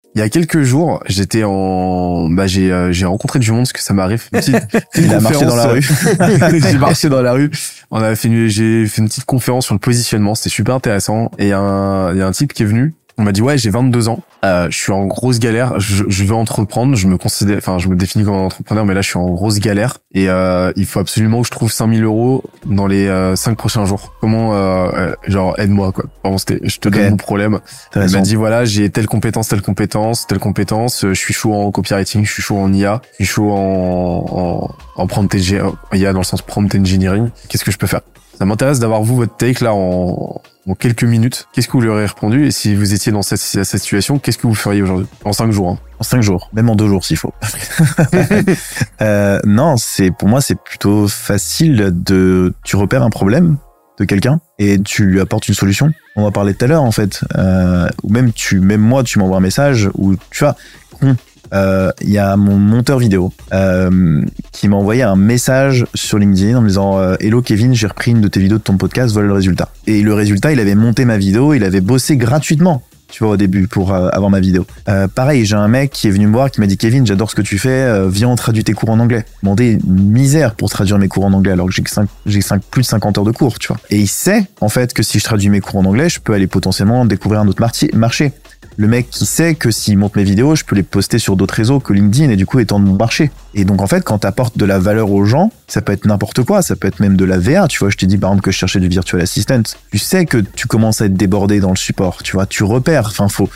Il y a quelques jours, j'ai rencontré du monde, parce que ça m'arrive. Il a marché dans la rue. J'ai marché dans la rue. J'ai fait une petite conférence sur le positionnement. C'était super intéressant. Et il y a un type qui est venu. On m'a dit, ouais, j'ai 22 ans. Je suis en grosse galère. Je veux entreprendre. Je me définis comme un entrepreneur, mais là, je suis en grosse galère. Et, il faut absolument que je trouve 5 000 euros dans les 5 prochains jours. Comment, aide-moi, quoi. Vraiment, je te donne mon problème. Il m'a dit, voilà, j'ai telle compétence. Je suis chaud en copywriting, je suis chaud en IA, je suis chaud en prompt IA dans le sens prompt engineering. Qu'est-ce que je peux faire? Ça m'intéresse d'avoir votre take là en quelques minutes. Qu'est-ce que vous lui auriez répondu? Et si vous étiez dans cette situation, qu'est-ce que vous feriez aujourd'hui? En 5 jours, hein. En 5 jours. Même en 2 jours, s'il faut. Non, pour moi, c'est plutôt facile tu repères un problème de quelqu'un et tu lui apportes une solution. On en parlait tout à l'heure, en fait. Ou même moi, tu m'envoies un message où, tu vois, il y a mon monteur vidéo qui m'a envoyé un message sur LinkedIn en me disant Hello Kevin, j'ai repris une de tes vidéos de ton podcast, voilà le résultat. Et le résultat, il avait monté ma vidéo, il avait bossé gratuitement, tu vois, au début pour avoir ma vidéo. Pareil, j'ai un mec qui est venu me voir qui m'a dit Kevin, j'adore ce que tu fais, viens on traduit tes cours en anglais. Demandé une misère pour traduire mes cours en anglais alors que j'ai plus de 50 heures de cours, tu vois. Et il sait en fait que si je traduis mes cours en anglais, je peux aller potentiellement découvrir un autre marché. Le mec qui sait que s'il monte mes vidéos, je peux les poster sur d'autres réseaux que LinkedIn et du coup étendre mon marché. Et donc en fait, quand t'apportes de la valeur aux gens, ça peut être n'importe quoi, ça peut être même de la VA, tu vois. Je t'ai dit par exemple que je cherchais du virtual assistant. Tu sais que tu commences à être débordé dans le support, tu vois. Tu repères.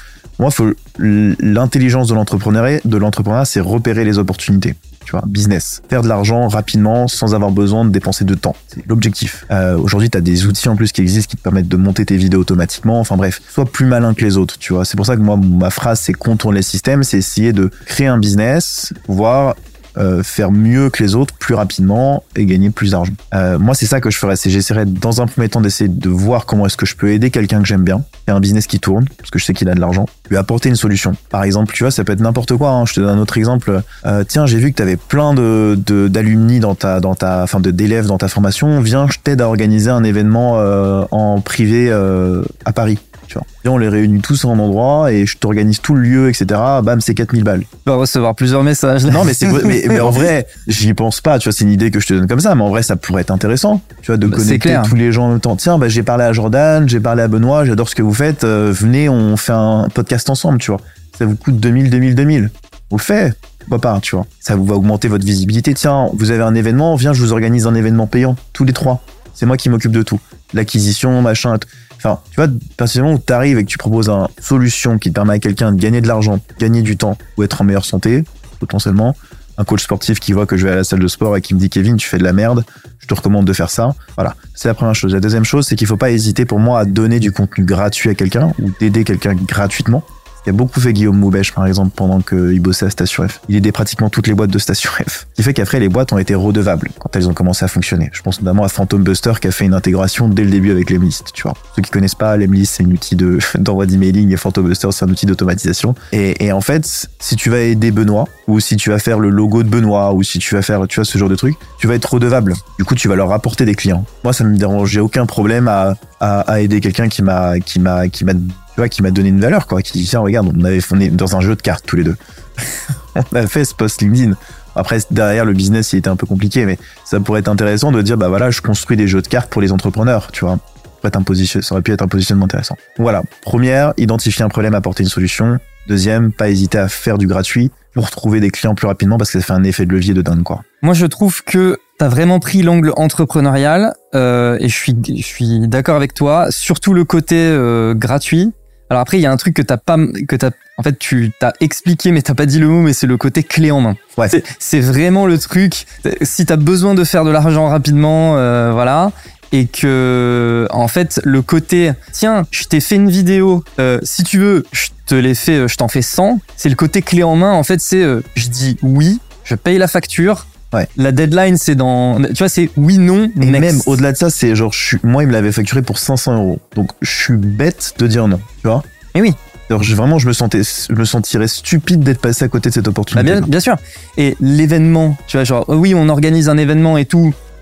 L'intelligence de l'entrepreneuriat, c'est repérer les opportunités. Tu vois, business. Faire de l'argent rapidement sans avoir besoin de dépenser de temps. C'est l'objectif. Aujourd'hui, tu as des outils en plus qui existent qui te permettent de monter tes vidéos automatiquement. Enfin bref, sois plus malin que les autres, tu vois. C'est pour ça que moi, ma phrase, c'est contourner les systèmes, c'est essayer de créer un business, pouvoir faire mieux que les autres plus rapidement et gagner plus d'argent. Moi, c'est ça que je ferais. J'essaierais dans un premier temps d'essayer de voir comment est-ce que je peux aider quelqu'un que j'aime bien, faire un business qui tourne, parce que je sais qu'il a de l'argent, lui apporter une solution. Par exemple, tu vois, ça peut être n'importe quoi, hein. Je te donne un autre exemple. Tiens, j'ai vu que tu avais plein d'alumni d'élèves dans ta formation. Viens, je t'aide à organiser un événement en privé à Paris. Tu vois. Et on les réunit tous en un endroit et je t'organise tout le lieu, etc. Bam, c'est 4 000 balles. Tu vas recevoir plusieurs messages. Non, mais en vrai, j'y pense pas. Tu vois, c'est une idée que je te donne comme ça, mais en vrai, ça pourrait être intéressant. Tu vois, de connecter tous les gens en même temps. Tiens, j'ai parlé à Jordan, j'ai parlé à Benoît, j'adore ce que vous faites. Venez, on fait un podcast ensemble, tu vois. Ça vous coûte 2000. Vous le faites. Pourquoi pas, tu vois. Ça vous va augmenter votre visibilité. Tiens, vous avez un événement, viens, je vous organise un événement payant. Tous les 3. C'est moi qui m'occupe de tout. L'acquisition, machin. Enfin, tu vois, personnellement, où t'arrives et que tu proposes une solution qui permet à quelqu'un de gagner de l'argent, gagner du temps ou être en meilleure santé, potentiellement, un coach sportif qui voit que je vais à la salle de sport et qui me dit Kevin, tu fais de la merde, je te recommande de faire ça. Voilà, c'est la première chose. La deuxième chose, c'est qu'il faut pas hésiter pour moi à donner du contenu gratuit à quelqu'un ou d'aider quelqu'un gratuitement. Il y a beaucoup fait Guillaume Moubèche, par exemple, pendant qu'il bossait à Station F. Il aidait pratiquement toutes les boîtes de Station F. Ce qui fait qu'après, les boîtes ont été redevables quand elles ont commencé à fonctionner. Je pense notamment à Phantom Buster qui a fait une intégration dès le début avec Lemlist, tu vois. Ceux qui connaissent pas, Lemlist, c'est un outil d'envoi d'emailing et Phantom Buster, c'est un outil d'automatisation. Et en fait, si tu vas aider Benoît, ou si tu vas faire le logo de Benoît, ou si tu vas faire, tu vois, ce genre de truc, tu vas être redevable. Du coup, tu vas leur rapporter des clients. Moi, ça me dérange. J'ai aucun problème à aider quelqu'un qui m'a donné une valeur, quoi, qui dit, tiens, regarde, on est dans un jeu de cartes tous les deux. On a fait ce post LinkedIn. Après, derrière, le business, il était un peu compliqué, mais ça pourrait être intéressant de dire, bah voilà, je construis des jeux de cartes pour les entrepreneurs, tu vois. Ça aurait pu être un positionnement intéressant. Voilà. Première, identifier un problème, apporter une solution. Deuxième, pas hésiter à faire du gratuit pour trouver des clients plus rapidement parce que ça fait un effet de levier de dingue, quoi. Moi, je trouve que t'as vraiment pris l'angle entrepreneurial, et je suis d'accord avec toi, surtout le côté gratuit. Alors après, il y a un truc en fait, tu t'as expliqué, mais t'as pas dit le mot, mais c'est le côté clé en main. Ouais. C'est vraiment le truc. Si t'as besoin de faire de l'argent rapidement, voilà. Et que, en fait, le côté, tiens, je t'ai fait une vidéo, si tu veux, je t'en fais 100. C'est le côté clé en main. En fait, c'est, je dis oui, je paye la facture. Ouais. La deadline, c'est tu vois, c'est oui, non, et next. même au-delà de ça, c'est genre, moi, il me l'avait facturé pour 500 €. Donc, je suis bête de dire non, tu vois. Et oui. Alors, je me sentirais stupide d'être passé à côté de cette opportunité. Bah bien sûr. Et l'événement, tu vois, genre, oui, on organise un événement et tout.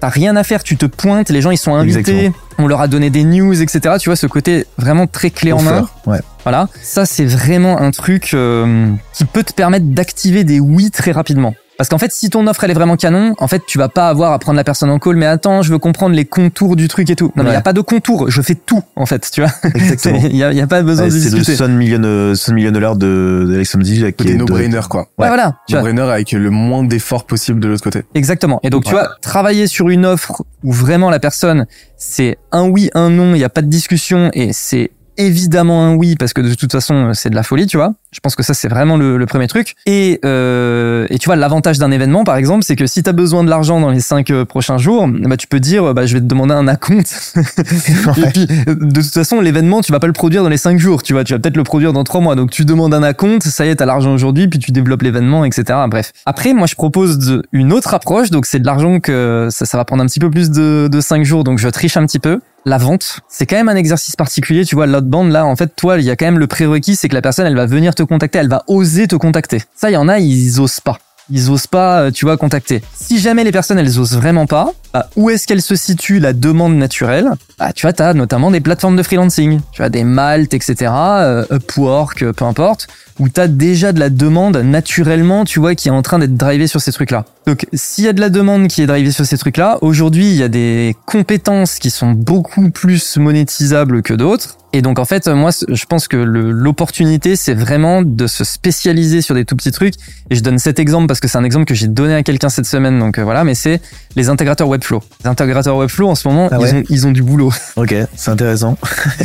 t'as rien à faire, tu te pointes, les gens ils sont invités, exactement. On leur a donné des news, etc. Tu vois, ce côté vraiment très clé en main. Ouais. Voilà, ça c'est vraiment un truc qui peut te permettre d'activer des oui très rapidement. Parce qu'en fait, si ton offre elle est vraiment canon, en fait, tu vas pas avoir à prendre la personne en call, mais attends, je veux comprendre les contours du truc et tout. Non, mais il y a pas de contours, je fais tout en fait, tu vois. Exactement. Il y a pas besoin de discuter. C'est le $100 million d'Alex Homsy qui est no-brainer quoi. Ouais, voilà. No-brainer avec le moins d'efforts possible de l'autre côté. Exactement. Et donc tu vois, travailler sur une offre où vraiment la personne c'est un oui, un non, il y a pas de discussion et c'est évidemment un oui parce que de toute façon c'est de la folie, tu vois. Je pense que ça c'est vraiment le premier truc. Et tu vois, l'avantage d'un événement par exemple, c'est que si t'as besoin de l'argent dans les 5 prochains jours, bah tu peux dire je vais te demander un acompte. Et puis de toute façon l'événement tu vas pas le produire dans les 5 jours, tu vois, tu vas peut-être le produire dans 3 mois. Donc tu demandes un acompte, ça y est, t'as l'argent aujourd'hui, puis tu développes l'événement, etc. Bref. Après moi je propose une autre approche, donc c'est de l'argent que ça va prendre un petit peu plus de 5 jours, donc je triche un petit peu. La vente, c'est quand même un exercice particulier, tu vois, l'outbound, là, en fait, toi, il y a quand même le prérequis, c'est que la personne, elle va venir te contacter, elle va oser te contacter. Ça, il y en a, ils osent pas. Ils osent pas, tu vois, contacter. Si jamais les personnes, elles osent vraiment pas, où est-ce qu'elle se situe la demande naturelle? Tu vois, t'as notamment des plateformes de freelancing. Tu vois, des Malte, etc., Upwork, peu importe, où t'as déjà de la demande naturellement, tu vois, qui est en train d'être drivée sur ces trucs-là. Donc, s'il y a de la demande qui est drivée sur ces trucs-là, aujourd'hui, il y a des compétences qui sont beaucoup plus monétisables que d'autres. Et donc, en fait, moi, je pense que l'opportunité, c'est vraiment de se spécialiser sur des tout petits trucs. Et je donne cet exemple parce que c'est un exemple que j'ai donné à quelqu'un cette semaine. Donc, voilà, mais c'est les intégrateurs Webflow. Les intégrateurs Webflow, en ce moment, ils ont du boulot. Ok, c'est intéressant.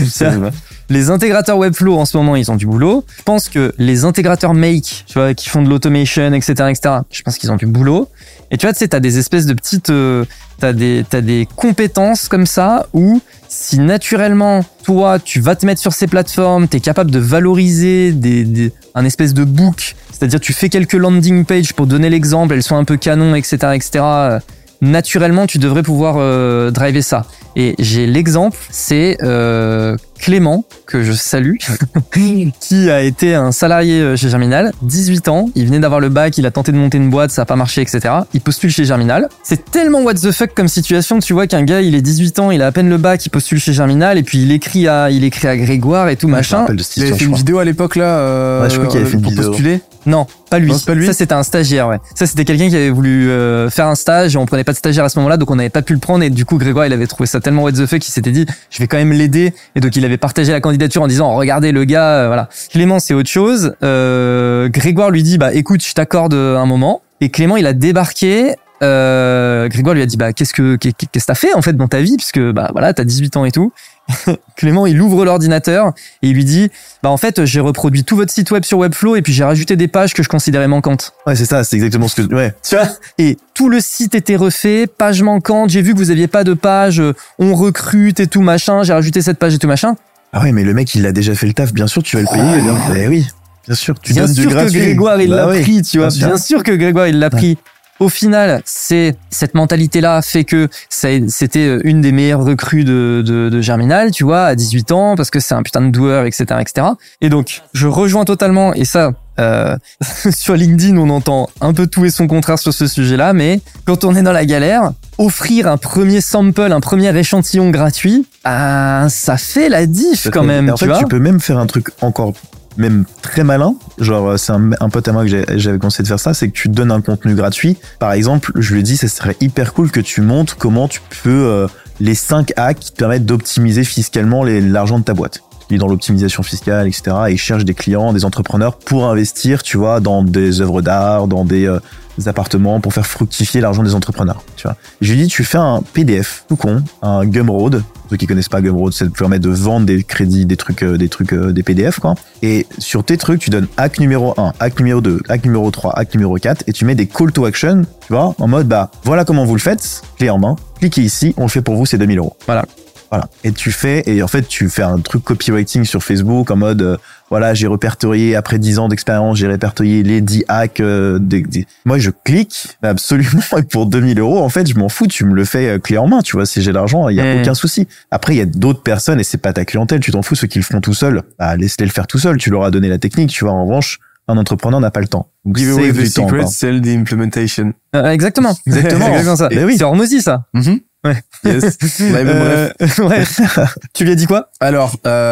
Les intégrateurs Webflow, en ce moment, ils ont du boulot. Je pense que les intégrateurs Make, tu vois, qui font de l'automation, etc., je pense qu'ils ont du boulot. Et tu vois, tu sais, t'as des espèces de petites, t'as des compétences comme ça où si naturellement, toi, tu vas te mettre sur ces plateformes, t'es capable de valoriser un espèce de book, c'est-à-dire tu fais quelques landing pages pour donner l'exemple, elles sont un peu canon, etc., naturellement, tu devrais pouvoir driver ça. Et j'ai l'exemple, c'est Clément, que je salue, qui a été un salarié chez Germinal, 18 ans, il venait d'avoir le bac, il a tenté de monter une boîte, ça a pas marché, etc. Il postule chez Germinal. C'est tellement what the fuck comme situation, tu vois, qu'un gars, il est 18 ans, il a à peine le bac, il postule chez Germinal, et puis il écrit à Grégoire et tout, machin. Il avait fait une vidéo à l'époque, là, je crois qu'il avait fait une pour vidéo. postuler. Non, pas lui. Non, c'est pas lui. Ça, c'était un stagiaire, ouais. Ça, c'était quelqu'un qui avait voulu faire un stage et on prenait pas de stagiaire à ce moment-là, donc on n'avait pas pu le prendre. Et du coup, Grégoire, il avait trouvé ça tellement what the fuck qu'il s'était dit, je vais quand même l'aider. Et donc, il avait partagé la candidature en disant, regardez le gars, voilà. Clément, c'est autre chose. Grégoire lui dit, écoute, je t'accorde un moment. Et Clément, il a débarqué. Grégoire lui a dit, qu'est-ce que t'as fait en fait dans ta vie, puisque voilà, t'as 18 ans et tout. Clément, il ouvre l'ordinateur et il lui dit, en fait, j'ai reproduit tout votre site web sur Webflow et puis j'ai rajouté des pages que je considérais manquantes. Ouais, c'est ça, c'est exactement ce que, ouais. Tu vois? Et tout le site était refait, page manquante, j'ai vu que vous aviez pas de page, on recrute et tout machin, j'ai rajouté cette page et tout machin. Ah ouais, mais le mec, il a déjà fait le taf, bien sûr, tu vas le payer. Eh oui, bien sûr, tu donnes du gratuit. Bien sûr que Grégoire, il l'a pris, tu vois. Bien sûr que Grégoire, il l'a pris. Au final, cette mentalité-là fait que c'était une des meilleures recrues de Germinal, tu vois, à 18 ans, parce que c'est un putain de doueur, etc., etc. Et donc, je rejoins totalement, et ça, sur LinkedIn, on entend un peu tout et son contraire sur ce sujet-là, mais quand on est dans la galère, offrir un premier sample, un premier échantillon gratuit, ça fait la diff quand même, en fait, tu peux même faire un truc encore même très malin, genre c'est un pote à moi que j'avais conseillé de faire ça, c'est que tu te donnes un contenu gratuit. Par exemple, je lui ai dit, ça serait hyper cool que tu montres comment tu peux les 5 hacks qui te permettent d'optimiser fiscalement l'argent de ta boîte. Il est dans l'optimisation fiscale, etc. Et il cherche des clients, des entrepreneurs pour investir, tu vois, dans des œuvres d'art, dans des appartements, pour faire fructifier l'argent des entrepreneurs, tu vois. Je lui dis, tu fais un PDF tout con, un Gumroad. Ceux qui connaissent pas Gumroad, ça te permet de vendre des crédits, des PDF, quoi. Et sur tes trucs, tu donnes hack numéro 1, hack numéro 2, hack numéro 3, hack numéro 4, et tu mets des call to action, tu vois, en mode, voilà comment vous le faites, clé en main, cliquez ici, on le fait pour vous, c'est 2000 €. Voilà. Et en fait, tu fais un truc copywriting sur Facebook en mode, voilà, j'ai répertorié, après 10 ans d'expérience, j'ai répertorié les 10 hacks, moi, je clique, absolument, et pour 2000 €, en fait, je m'en fous, tu me le fais clé en main, tu vois, si j'ai l'argent, il y a aucun souci. Après, il y a d'autres personnes, et c'est pas ta clientèle, tu t'en fous, ceux qui le font tout seuls, laisse-les le faire tout seuls, tu leur as donné la technique, tu vois, en revanche, un entrepreneur n'a pas le temps. Donc, give away the secret, sell the implementation. Exactement. Exactement ça. Mais oui. C'est Hormozy, ça. Ouais. Yes. Bref. Ouais. Tu lui as dit quoi? Alors,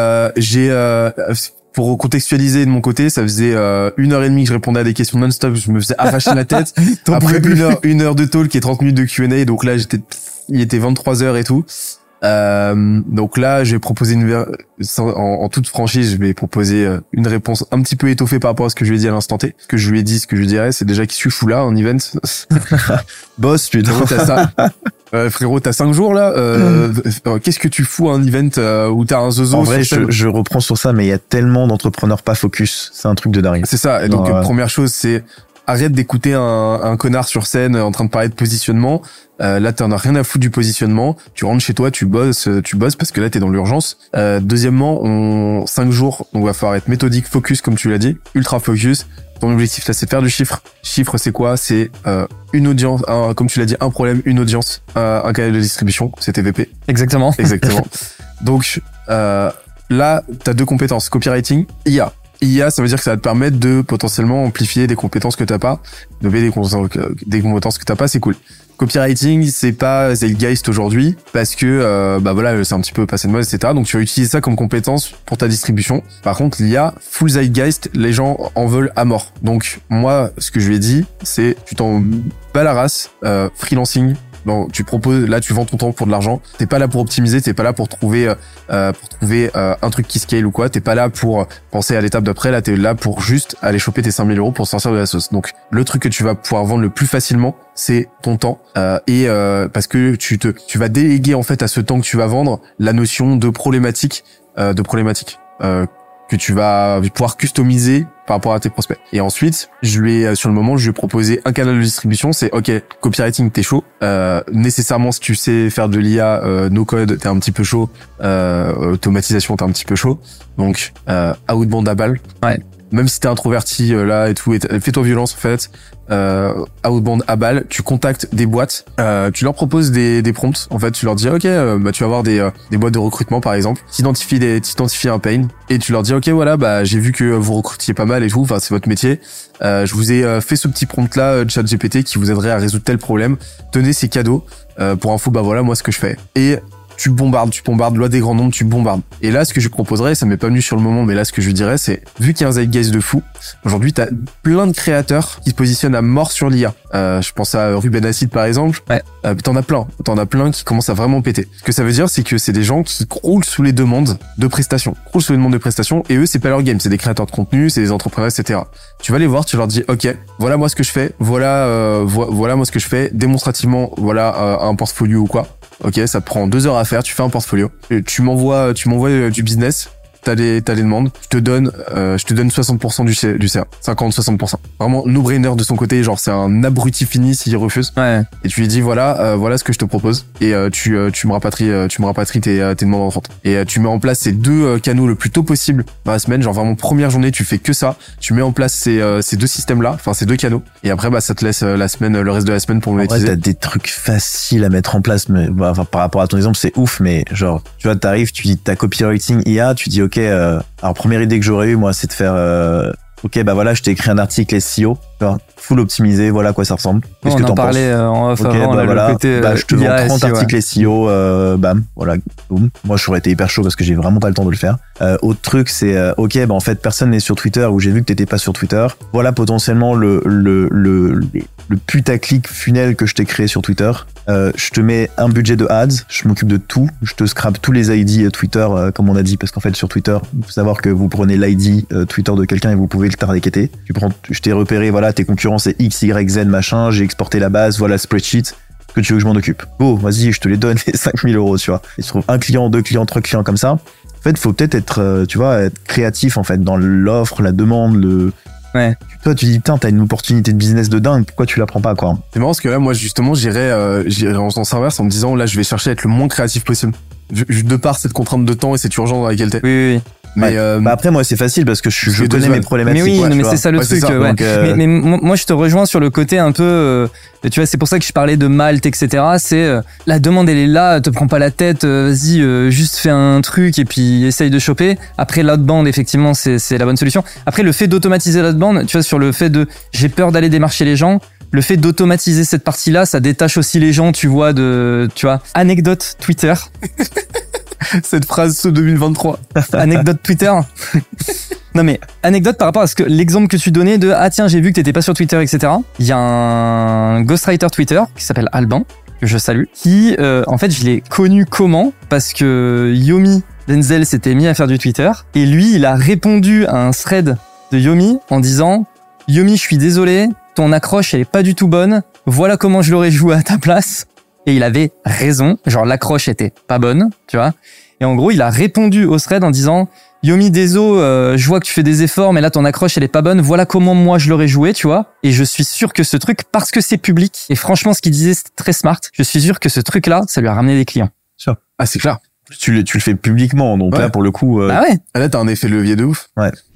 pour contextualiser de mon côté, ça faisait 1h30 que je répondais à des questions non-stop, je me faisais arracher la tête. Après une heure de talk et 30 minutes de Q&A, donc là il était 23h et tout. Donc là, j'ai proposé en toute franchise, je vais proposer une réponse un petit peu étoffée par rapport à ce que je lui ai dit à l'instant T. Ce que je lui ai dit, ce que je lui dirais, c'est déjà qu'il suis fou là en event. Boss, putain. Frérot, t'as 5 jours là. Qu'est-ce que tu fous à un event où t'as un zozo? En vrai, je reprends sur ça, mais il y a tellement d'entrepreneurs pas focus. C'est un truc de dingue. C'est ça. Et donc, première chose, c'est arrête d'écouter un connard sur scène en train de parler de positionnement. Là, t'en as rien à foutre du positionnement. Tu rentres chez toi, tu bosses parce que là, t'es dans l'urgence. Deuxièmement, 5 jours, donc va falloir être méthodique, focus, comme tu l'as dit, ultra focus. Ton objectif là, c'est de faire du chiffre. Chiffre, c'est quoi? C'est une audience, comme tu l'as dit, un problème, une audience, un canal de distribution, c'est TVP. Exactement. Donc là, t'as 2 compétences, copywriting, IA. IA, ça veut dire que ça va te permettre de potentiellement amplifier des compétences que t'as pas, développer des compétences que t'as pas, c'est cool. Copywriting, c'est pas Zeitgeist aujourd'hui parce que voilà, c'est un petit peu passé de mode, etc. Donc tu vas utiliser ça comme compétence pour ta distribution. Par contre, l'IA, full Zeitgeist, les gens en veulent à mort. Donc moi, ce que je lui ai dit, c'est tu t'en bats la race, freelancing. Donc tu proposes, là tu vends ton temps pour de l'argent. T'es pas là pour optimiser, t'es pas là pour trouver un truc qui scale ou quoi. T'es pas là pour penser à l'étape d'après. Là t'es là pour juste aller choper tes 5 000 euros pour sortir de la sauce. Donc le truc que tu vas pouvoir vendre le plus facilement, c'est ton temps parce que tu vas déléguer en fait à ce temps que tu vas vendre la notion de problématique que tu vas pouvoir customiser par rapport à tes prospects. Et ensuite, sur le moment, je lui ai proposé un canal de distribution, c'est OK, copywriting, t'es chaud. Nécessairement, si tu sais faire de l'IA, no code, t'es un petit peu chaud. Automatisation, t'es un petit peu chaud. Donc, outbound à balle. Ouais. Même si t'es introverti là et tout, fais-toi violence en fait. Outbound à balle, tu contactes des boîtes, tu leur proposes des prompts. En fait, tu leur dis OK, tu vas avoir des boîtes de recrutement par exemple. T'identifies un pain et tu leur dis OK, voilà, j'ai vu que vous recrutiez pas mal et tout. Enfin, c'est votre métier. Je vous ai fait ce petit prompt là, ChatGPT, qui vous aiderait à résoudre tel problème. Tenez ces cadeaux. Pour info, voilà moi ce que je fais. Et tu bombardes, loi des grands nombres, tu bombardes. Et là, ce que je proposerais, ça m'est pas venu sur le moment, mais là, ce que je dirais, c'est, vu qu'il y a un zeitgeist de fou, aujourd'hui, t'as plein de créateurs qui se positionnent à mort sur l'IA. Je pense à Ruben Acid, par exemple. Ouais. T'en as plein qui commencent à vraiment péter. Ce que ça veut dire, c'est que c'est des gens qui croulent sous les demandes de prestations. Et eux, c'est pas leur game. C'est des créateurs de contenu, c'est des entrepreneurs, etc. Tu vas les voir, tu leur dis, OK, voilà moi ce que je fais, voilà moi ce que je fais, démonstrativement, voilà un portfolio ou quoi. OK, ça te prend 2 heures à faire, tu fais un portfolio. Et tu m'envoies du business, t'as des demandes, je te donne 60% du CA, 50-60%. Vraiment no-brainer de son côté, genre c'est un abruti fini s'il refuse. Ouais. Et tu lui dis voilà ce que je te propose et tu me rapatries tes demandes entrantes. Et tu mets en place ces 2 canaux le plus tôt possible dans la semaine, genre vraiment première journée, tu fais que ça, tu mets en place ces 2 systèmes là, enfin ces 2 canaux et après ça te laisse le reste de la semaine pour monétiser. Ouais, t'as des trucs faciles à mettre en place, mais par rapport à ton exemple, c'est ouf, mais genre tu vois, t'arrives, tu dis ta copywriting IA, tu dis OK, alors première idée que j'aurais eu moi, c'est de faire OK, voilà, je t'ai écrit un article SEO, full optimisé, voilà à quoi ça ressemble. Qu'est-ce que t'en penses? On en parlait en off avant, voilà, le côté je te vends 30 articles SEO, bam, voilà, boum. Moi, j'aurais été hyper chaud parce que j'ai vraiment pas le temps de le faire. Autre truc, c'est OK, en fait, personne n'est sur Twitter, ou j'ai vu que t'étais pas sur Twitter. Voilà potentiellement le putaclic funnel que je t'ai créé sur Twitter. Je te mets un budget de ads, je m'occupe de tout, je te scrape tous les ID Twitter, comme on a dit, parce qu'en fait, sur Twitter, il faut savoir que vous prenez l'ID Twitter de quelqu'un et vous pouvez le targeter. Je t'ai repéré, voilà, tes concurrents c'est X, Y, Z, machin, j'ai exporté la base, voilà, spreadsheet, que tu veux que je m'en occupe. Go, vas-y, je te les donne, les 5 000 euros, tu vois. Et tu trouves un client, 2 clients, 3 clients comme ça. En fait, faut peut-être être, être créatif, en fait, dans l'offre, la demande, Ouais. Toi, tu dis, putain, t'as une opportunité de business de dingue, pourquoi tu la prends pas, quoi? C'est marrant parce que là, moi, justement, j'irais en sens inverse en me disant, là, je vais chercher à être le moins créatif possible. de par cette contrainte de temps et cette urgence dans laquelle t'es. Oui. Mais après moi c'est facile parce que je connais mes problématiques. Mais oui, mais c'est ça le truc. Ouais. Donc, mais moi je te rejoins sur le côté un peu. Tu vois, c'est pour ça que je parlais de Malte, etc. C'est la demande elle est là, te prends pas la tête, vas-y, juste fais un truc et puis essaye de choper. Après l'outbound, effectivement, c'est la bonne solution. Après le fait d'automatiser l'outbound, tu vois, sur le fait de j'ai peur d'aller démarcher les gens. Le fait d'automatiser cette partie-là, ça détache aussi les gens, tu vois, anecdote Twitter. Cette phrase ce 2023. Anecdote Twitter. Non mais, anecdote par rapport à l'exemple que tu donnais de ah tiens, j'ai vu que t'étais pas sur Twitter, etc. Il y a un ghostwriter Twitter qui s'appelle Alban, que je salue, qui, en fait, je l'ai connu comment? Parce que Yomi Denzel s'était mis à faire du Twitter, et lui, il a répondu à un thread de Yomi en disant Yomi, je suis désolé, ton accroche, elle est pas du tout bonne, voilà comment je l'aurais joué à ta place. Et il avait raison, genre l'accroche était pas bonne, tu vois. Et en gros, il a répondu au thread en disant Yomi, désolé, je vois que tu fais des efforts, mais là ton accroche elle est pas bonne, voilà comment moi je l'aurais joué, tu vois. Et je suis sûr que ce truc, parce que c'est public, et franchement ce qu'il disait c'était très smart, je suis sûr que ce truc-là, ça lui a ramené des clients. Ah c'est clair. Tu le fais publiquement, donc là pour le coup. Bah ouais. Là t'as un effet levier de ouf. Ouais.